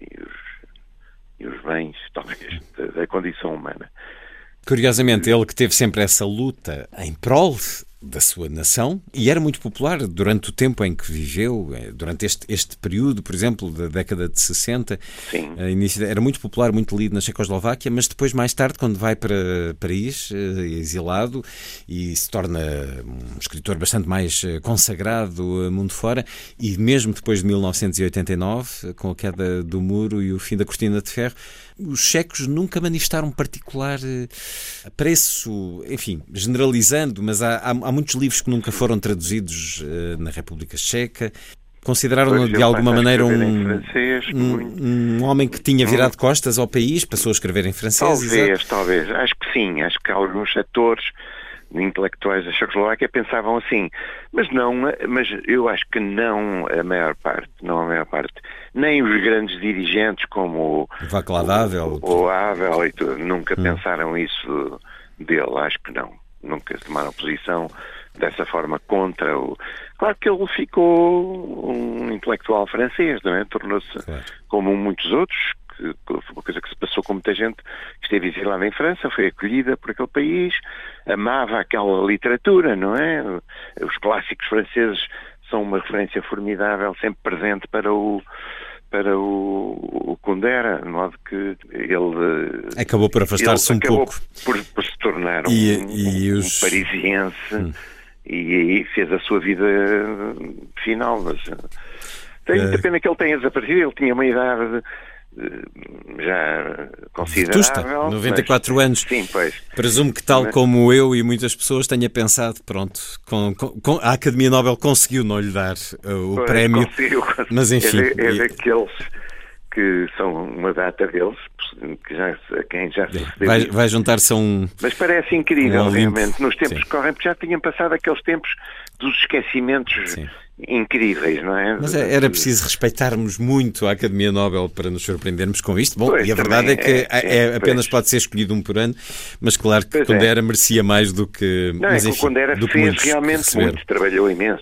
S4: os bens, talvez, da condição humana.
S2: Curiosamente, ele que teve sempre essa luta em prol da sua nação, e era muito popular durante o tempo em que viveu, durante este período, por exemplo, da década de 60.
S4: Sim.
S2: Era muito popular, muito lido na Checoslováquia, mas depois, mais tarde, quando vai para Paris, exilado, e se torna um escritor bastante mais consagrado mundo fora, e mesmo depois de 1989, com a queda do muro e o fim da cortina de ferro, os checos nunca manifestaram particular apreço, enfim, generalizando, mas há muitos livros que nunca foram traduzidos na República Checa. Consideraram-no de alguma maneira um homem que tinha virado costas ao país, passou a escrever em francês?
S4: Talvez. Acho que sim. Acho que alguns setores intelectuais da Checoslováquia pensavam assim. Mas eu acho que não a maior parte. Nem os grandes dirigentes como
S2: Václav Havel
S4: o Havel e tudo, nunca pensaram isso dele. Acho que não. Nunca tomaram posição dessa forma contra o... Claro que ele ficou um intelectual francês, não é? Tornou-se, como muitos outros, que foi uma coisa que se passou com muita gente que esteve exilada em França, foi acolhida por aquele país, amava aquela literatura, não é? Os clássicos franceses são uma referência formidável, sempre presente para o Kundera, de modo que ele...
S2: Acabou por afastar-se um pouco.
S4: Por se tornar um parisiense e aí fez a sua vida final. Mas tenho muita pena que ele tenha desaparecido. Ele tinha uma idade já considerável.
S2: Vetusta, 94 anos.
S4: Sim, pois.
S2: Presumo que, tal como eu e muitas pessoas, tenha pensado, pronto, a Academia Nobel conseguiu não lhe dar o prémio,
S4: conseguiu.
S2: Mas enfim...
S4: É daqueles que são uma data deles, que a quem já sucedeu.
S2: Vai juntar-se a um...
S4: Mas parece incrível, realmente, nos tempos que correm, porque já tinham passado aqueles tempos dos esquecimentos incríveis, não é?
S2: Mas era preciso respeitarmos muito a Academia Nobel para nos surpreendermos com isto. Bom,
S4: pois,
S2: e a verdade é que apenas pode ser escolhido um por ano, mas claro que Kundera merecia mais do que...
S4: Não,
S2: mas,
S4: é que
S2: enfim,
S4: o Kundera fez realmente
S2: muito,
S4: muito, trabalhou imenso,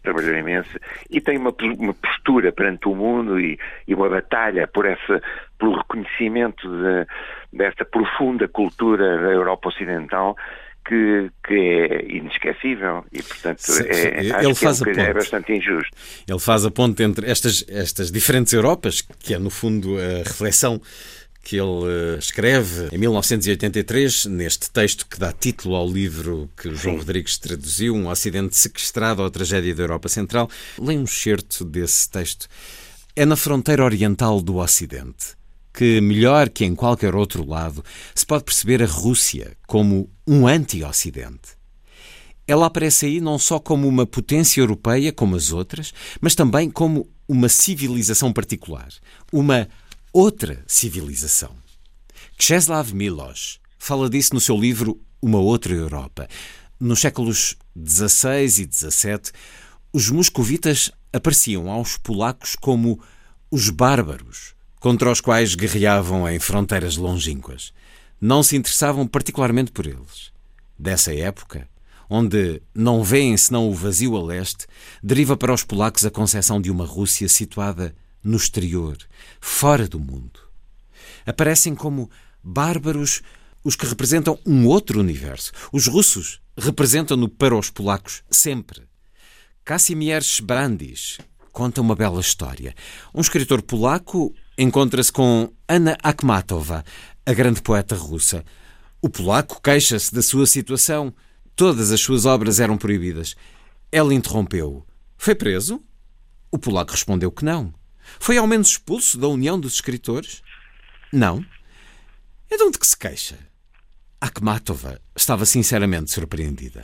S4: e tem uma postura perante o mundo e uma batalha pelo reconhecimento desta profunda cultura da Europa Ocidental, que é inesquecível e, portanto, acho que é bastante injusto.
S2: Ele faz a ponte entre estas diferentes Europas, que é, no fundo, a reflexão que ele escreve em 1983, neste texto que dá título ao livro que o João Rodrigues traduziu, Um Ocidente Sequestrado ou a Tragédia da Europa Central. Leia um excerto desse texto. É na fronteira oriental do Ocidente que, melhor que em qualquer outro lado, se pode perceber a Rússia como um anti-Ocidente. Ela aparece aí não só como uma potência europeia, como as outras, mas também como uma civilização particular, uma outra civilização. Czeslaw Milosz fala disso no seu livro Uma Outra Europa. Nos séculos XVI e XVII, os moscovitas apareciam aos polacos como os bárbaros, contra os quais guerreavam em fronteiras longínquas. Não se interessavam particularmente por eles. Dessa época, onde não veem senão o vazio a leste, deriva para os polacos a concepção de uma Rússia situada no exterior, fora do mundo. Aparecem como bárbaros os que representam um outro universo. Os russos representam-no para os polacos sempre. Kazimierz Brandis conta uma bela história. Um escritor polaco encontra-se com Anna Akhmatova, a grande poeta russa. O polaco queixa-se da sua situação. Todas as suas obras eram proibidas. Ela interrompeu-o. Foi preso? O polaco respondeu que não. Foi ao menos expulso da União dos Escritores? Não. Então de que se queixa? Akhmatova estava sinceramente surpreendida.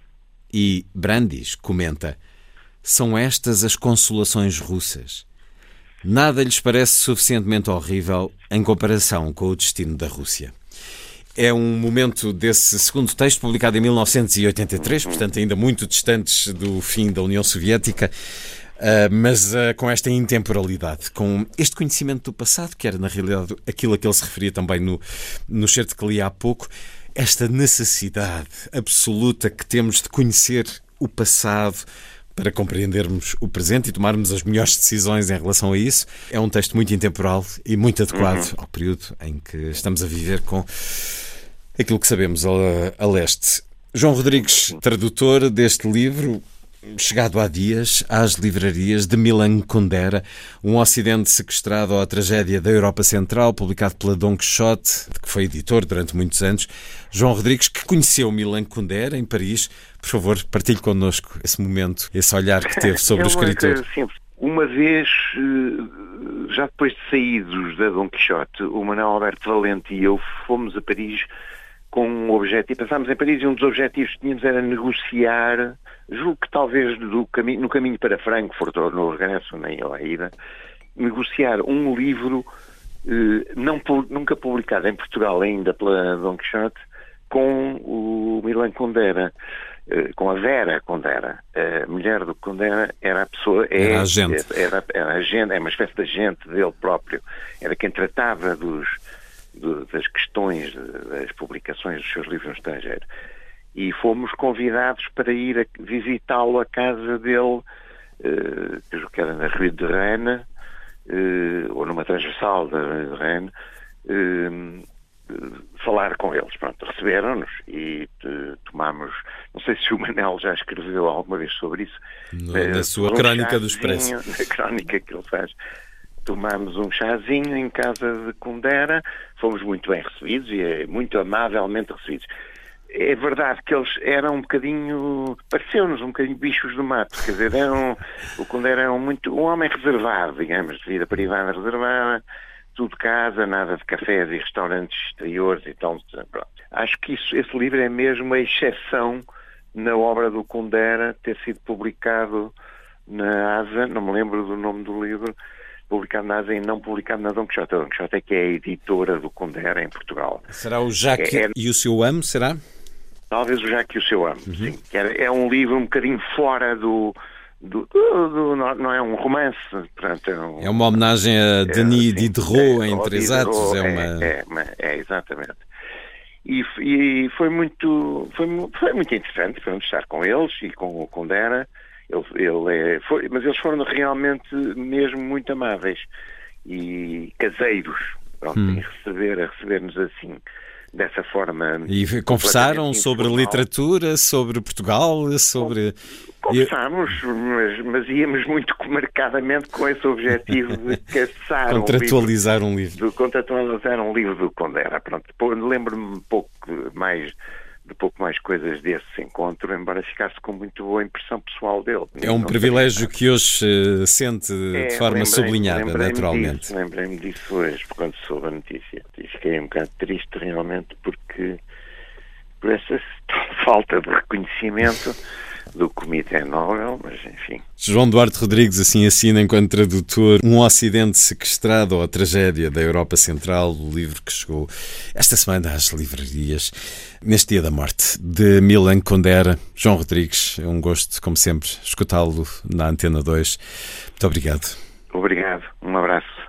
S2: E Brandis comenta: são estas as consolações russas. Nada lhes parece suficientemente horrível em comparação com o destino da Rússia. É um momento desse segundo texto, publicado em 1983, portanto ainda muito distantes do fim da União Soviética, mas com esta intemporalidade, com este conhecimento do passado, que era na realidade aquilo a que ele se referia também no certo que li há pouco, esta necessidade absoluta que temos de conhecer o passado para compreendermos o presente e tomarmos as melhores decisões em relação a isso. É um texto muito intemporal e muito adequado ao período em que estamos a viver, com aquilo que sabemos a leste. João Rodrigues, tradutor deste livro, chegado há dias às livrarias, de Milan Kundera, Um Ocidente Sequestrado ou a Tragédia da Europa Central, publicado pela Dom Quixote, de que foi editor durante muitos anos. João Rodrigues, que conheceu Milan Kundera em Paris, por favor, partilhe connosco esse momento, esse olhar que teve sobre o escritor.
S4: Uma vez, já depois de saídos da Dom Quixote, o Manuel Alberto Valente e eu fomos a Paris com um objetivo. Passámos em Paris e um dos objetivos que tínhamos era negociar, julgo que talvez no caminho para Frankfurt ou no regresso, nem eu à ida, negociar um livro nunca publicado em Portugal ainda pela Dom Quixote, com o Milan Kundera, com a Vera Kundera. A mulher do Kundera era a pessoa...
S2: Era a agente.
S4: Era agente, é uma espécie de agente dele próprio. Era quem tratava das questões das publicações dos seus livros no estrangeiro. E fomos convidados para ir visitá-lo à casa dele, que era na Rue de Rennes, ou numa transversal da Rue de Rennes, falar com eles. Pronto, receberam-nos e tomámos... Não sei se o Manel já escreveu alguma vez sobre isso.
S2: Na sua crónica do Expresso.
S4: Na crónica que ele faz. Tomámos um chazinho em casa de Kundera, fomos muito bem recebidos e muito amavelmente recebidos. É verdade que eles eram um bocadinho, pareceu-nos um bocadinho bichos do mato, quer dizer, o Kundera era um homem reservado, digamos, de vida privada reservada, tudo casa, nada de cafés e restaurantes exteriores e tal. Pronto. Acho que esse livro é mesmo a exceção na obra do Kundera ter sido publicado na ASA, não me lembro do nome do livro, publicado na ASA e não publicado na Dom Quixote. A Dom Quixote é que é a editora do Kundera em Portugal.
S2: Será o Jacques e o seu amo, será?
S4: Talvez o Jacques e o seu amo, sim. Que é um livro um bocadinho fora não é um romance, portanto,
S2: é uma homenagem a Denis Diderot, entre exatos.
S4: Exatamente. E foi muito interessante estar com eles e com o Kundera. Mas eles foram realmente mesmo muito amáveis e caseiros, em receber-nos assim, dessa forma.
S2: E conversaram sobre literatura, sobre Portugal, sobre...
S4: Conversámos, mas íamos muito marcadamente com esse objetivo de caçar
S2: contratualizar um livro
S4: do Kundera. Pronto, lembro-me um pouco mais coisas desse encontro, embora ficasse com muito boa impressão pessoal dele.
S2: É um privilégio que hoje sente de forma sublinhada, naturalmente.
S4: Lembrei-me disso hoje, quando soube a notícia. E fiquei um bocado triste, realmente, por essa falta de reconhecimento do Comitê Nobel, mas enfim.
S2: João Duarte Rodrigues assim assina enquanto tradutor Um Ocidente Sequestrado ou a Tragédia da Europa Central, o livro que chegou esta semana às livrarias neste dia da morte de Milan Kundera. João Rodrigues, é um gosto, como sempre, escutá-lo na Antena 2. Muito obrigado.
S4: Obrigado, um abraço.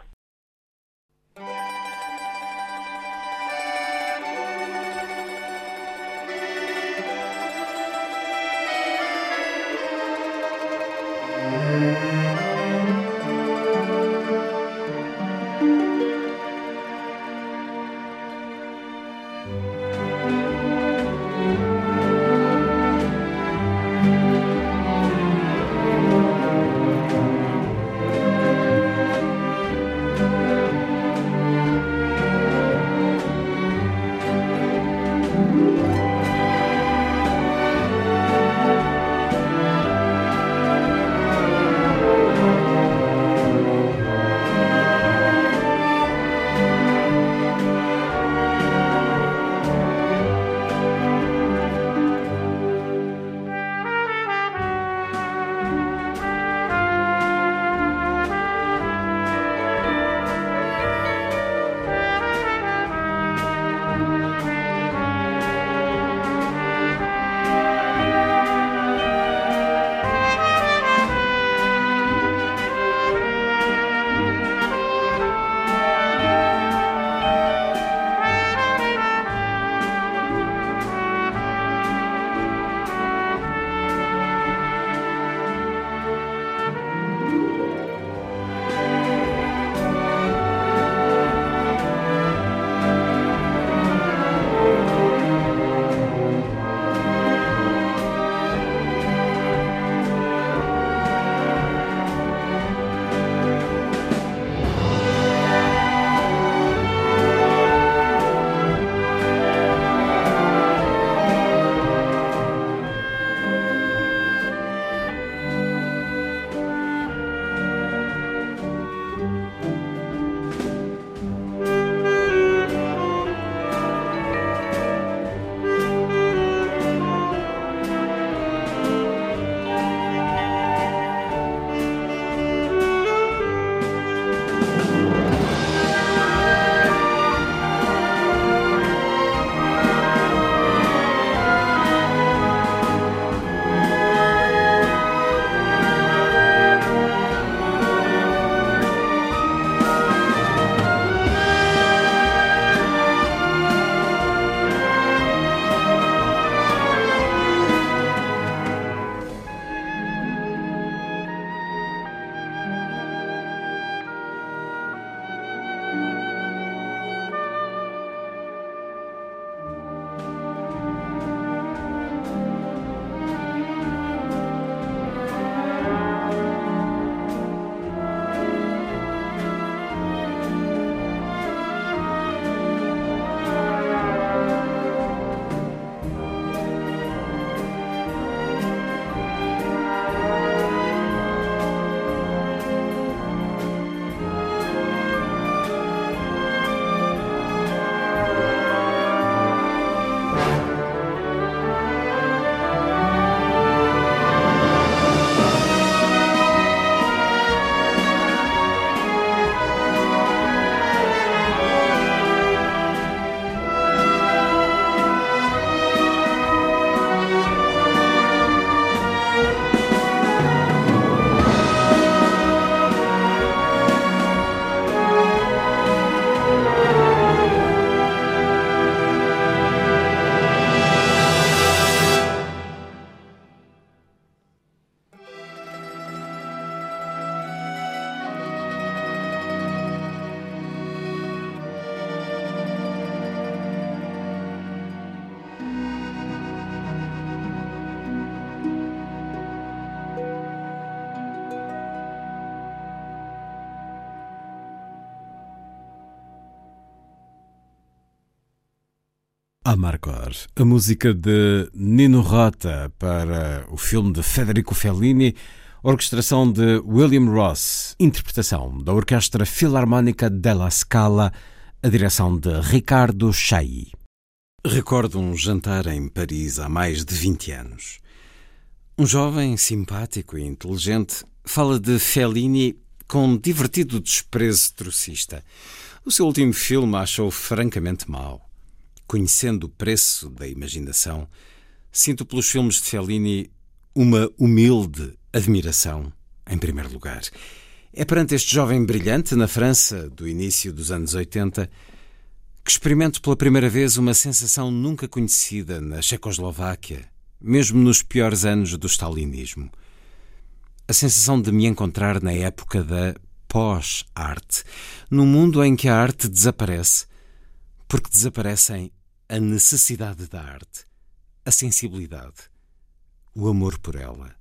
S2: Amarcord, a música de Nino Rota para o filme de Federico Fellini, orquestração de William Ross, interpretação da Orquestra Filarmónica della Scala, a direção de Riccardo Chailly. Recordo um jantar em Paris há mais de 20 anos. Um jovem simpático e inteligente fala de Fellini com divertido desprezo trocista. O seu último filme achou francamente mau. Conhecendo o preço da imaginação, sinto pelos filmes de Fellini uma humilde admiração, em primeiro lugar. É perante este jovem brilhante na França do início dos anos 80 que experimento pela primeira vez uma sensação nunca conhecida na Checoslováquia, mesmo nos piores anos do stalinismo. A sensação de me encontrar na época da pós-arte, num mundo em que a arte desaparece, porque desaparecem a necessidade da arte, a sensibilidade, o amor por ela.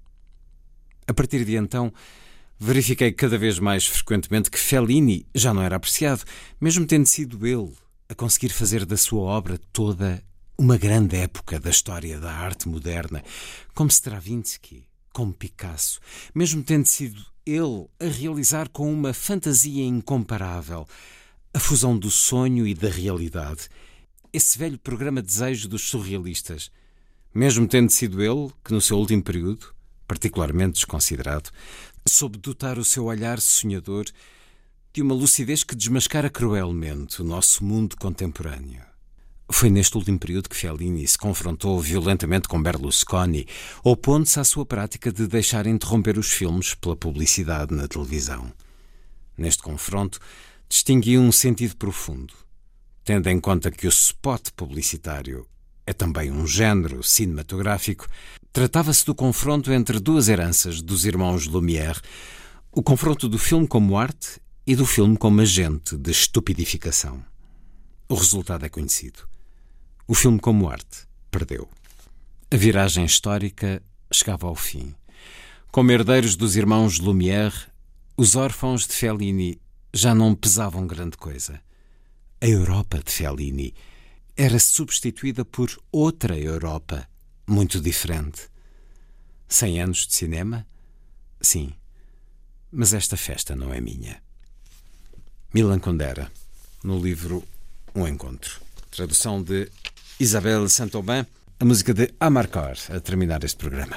S2: A partir de então, verifiquei cada vez mais frequentemente que Fellini já não era apreciado, mesmo tendo sido ele a conseguir fazer da sua obra toda uma grande época da história da arte moderna, como Stravinsky, como Picasso, mesmo tendo sido ele a realizar com uma fantasia incomparável a fusão do sonho e da realidade, esse velho programa desejo dos surrealistas, mesmo tendo sido ele que, no seu último período, particularmente desconsiderado, soube dotar o seu olhar sonhador de uma lucidez que desmascara cruelmente o nosso mundo contemporâneo. Foi neste último período que Fellini se confrontou violentamente com Berlusconi, opondo-se à sua prática de deixar interromper os filmes pela publicidade na televisão. Neste confronto, distingui um sentido profundo, tendo em conta que o spot publicitário é também um género cinematográfico. Tratava-se do confronto entre duas heranças dos irmãos Lumière, o confronto do filme como arte e do filme como agente de estupidificação. O resultado é conhecido. O filme como arte perdeu. A viragem histórica chegava ao fim. Como herdeiros dos irmãos Lumière, os órfãos de Fellini já não pesavam grande coisa. A Europa de Fellini era substituída por outra Europa, muito diferente. 100 anos de cinema? Sim, mas esta festa não é minha. Milan Kundera, no livro Um Encontro. Tradução de Isabelle Saint-Aubin, a música de Amarcord, a terminar este programa.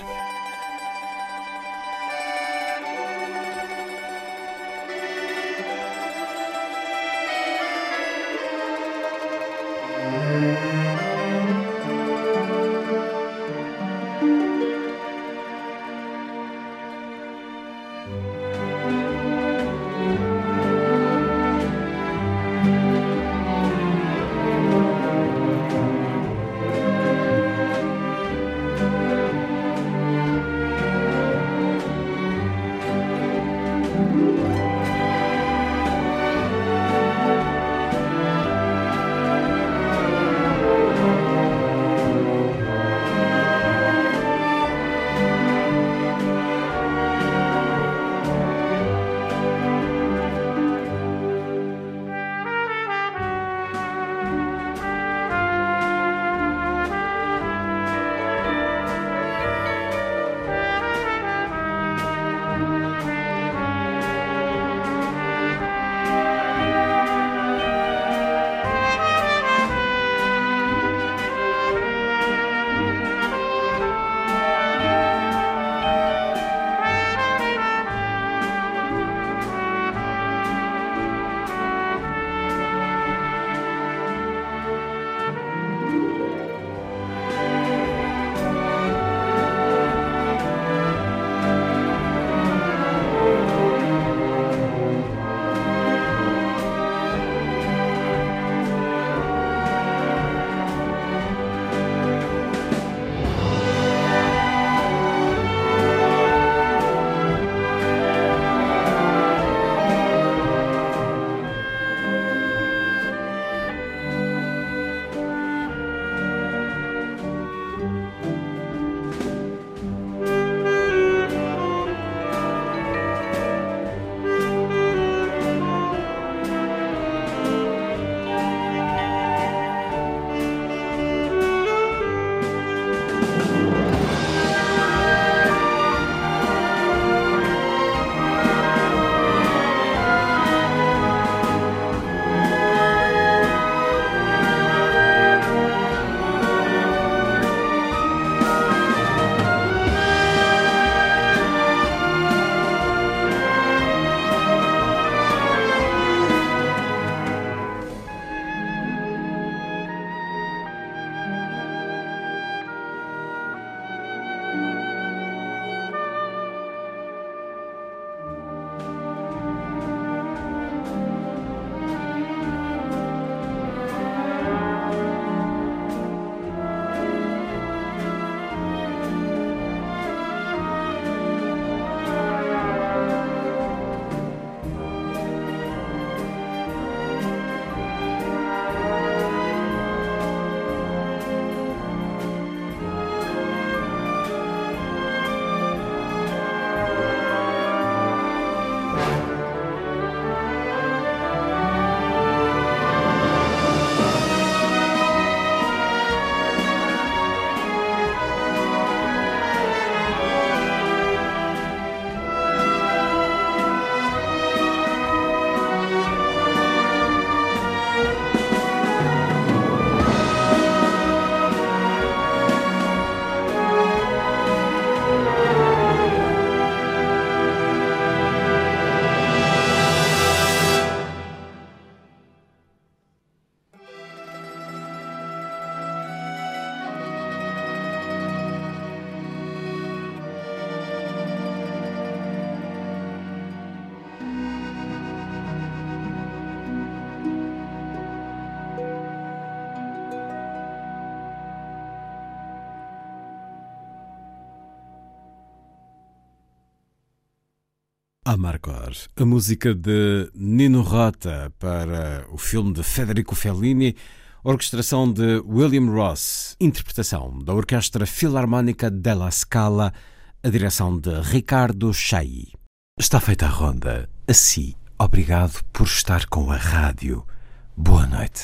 S2: Amarcord, a música de Nino Rota para o filme de Federico Fellini, orquestração de William Ross, interpretação da Orquestra Filarmónica della Scala, a direção de Ricardo Chailly. Está feita a ronda. Assim, obrigado por estar com a rádio. Boa noite.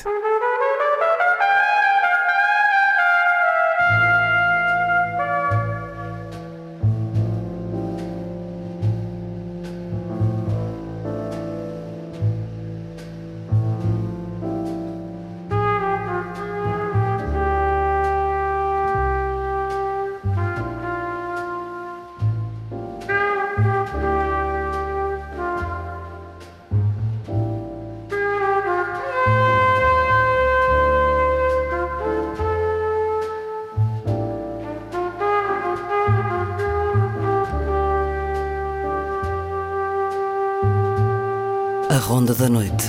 S1: A Ronda da Noite.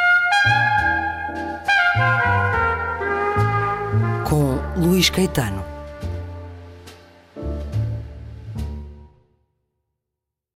S1: Com Luís Caetano.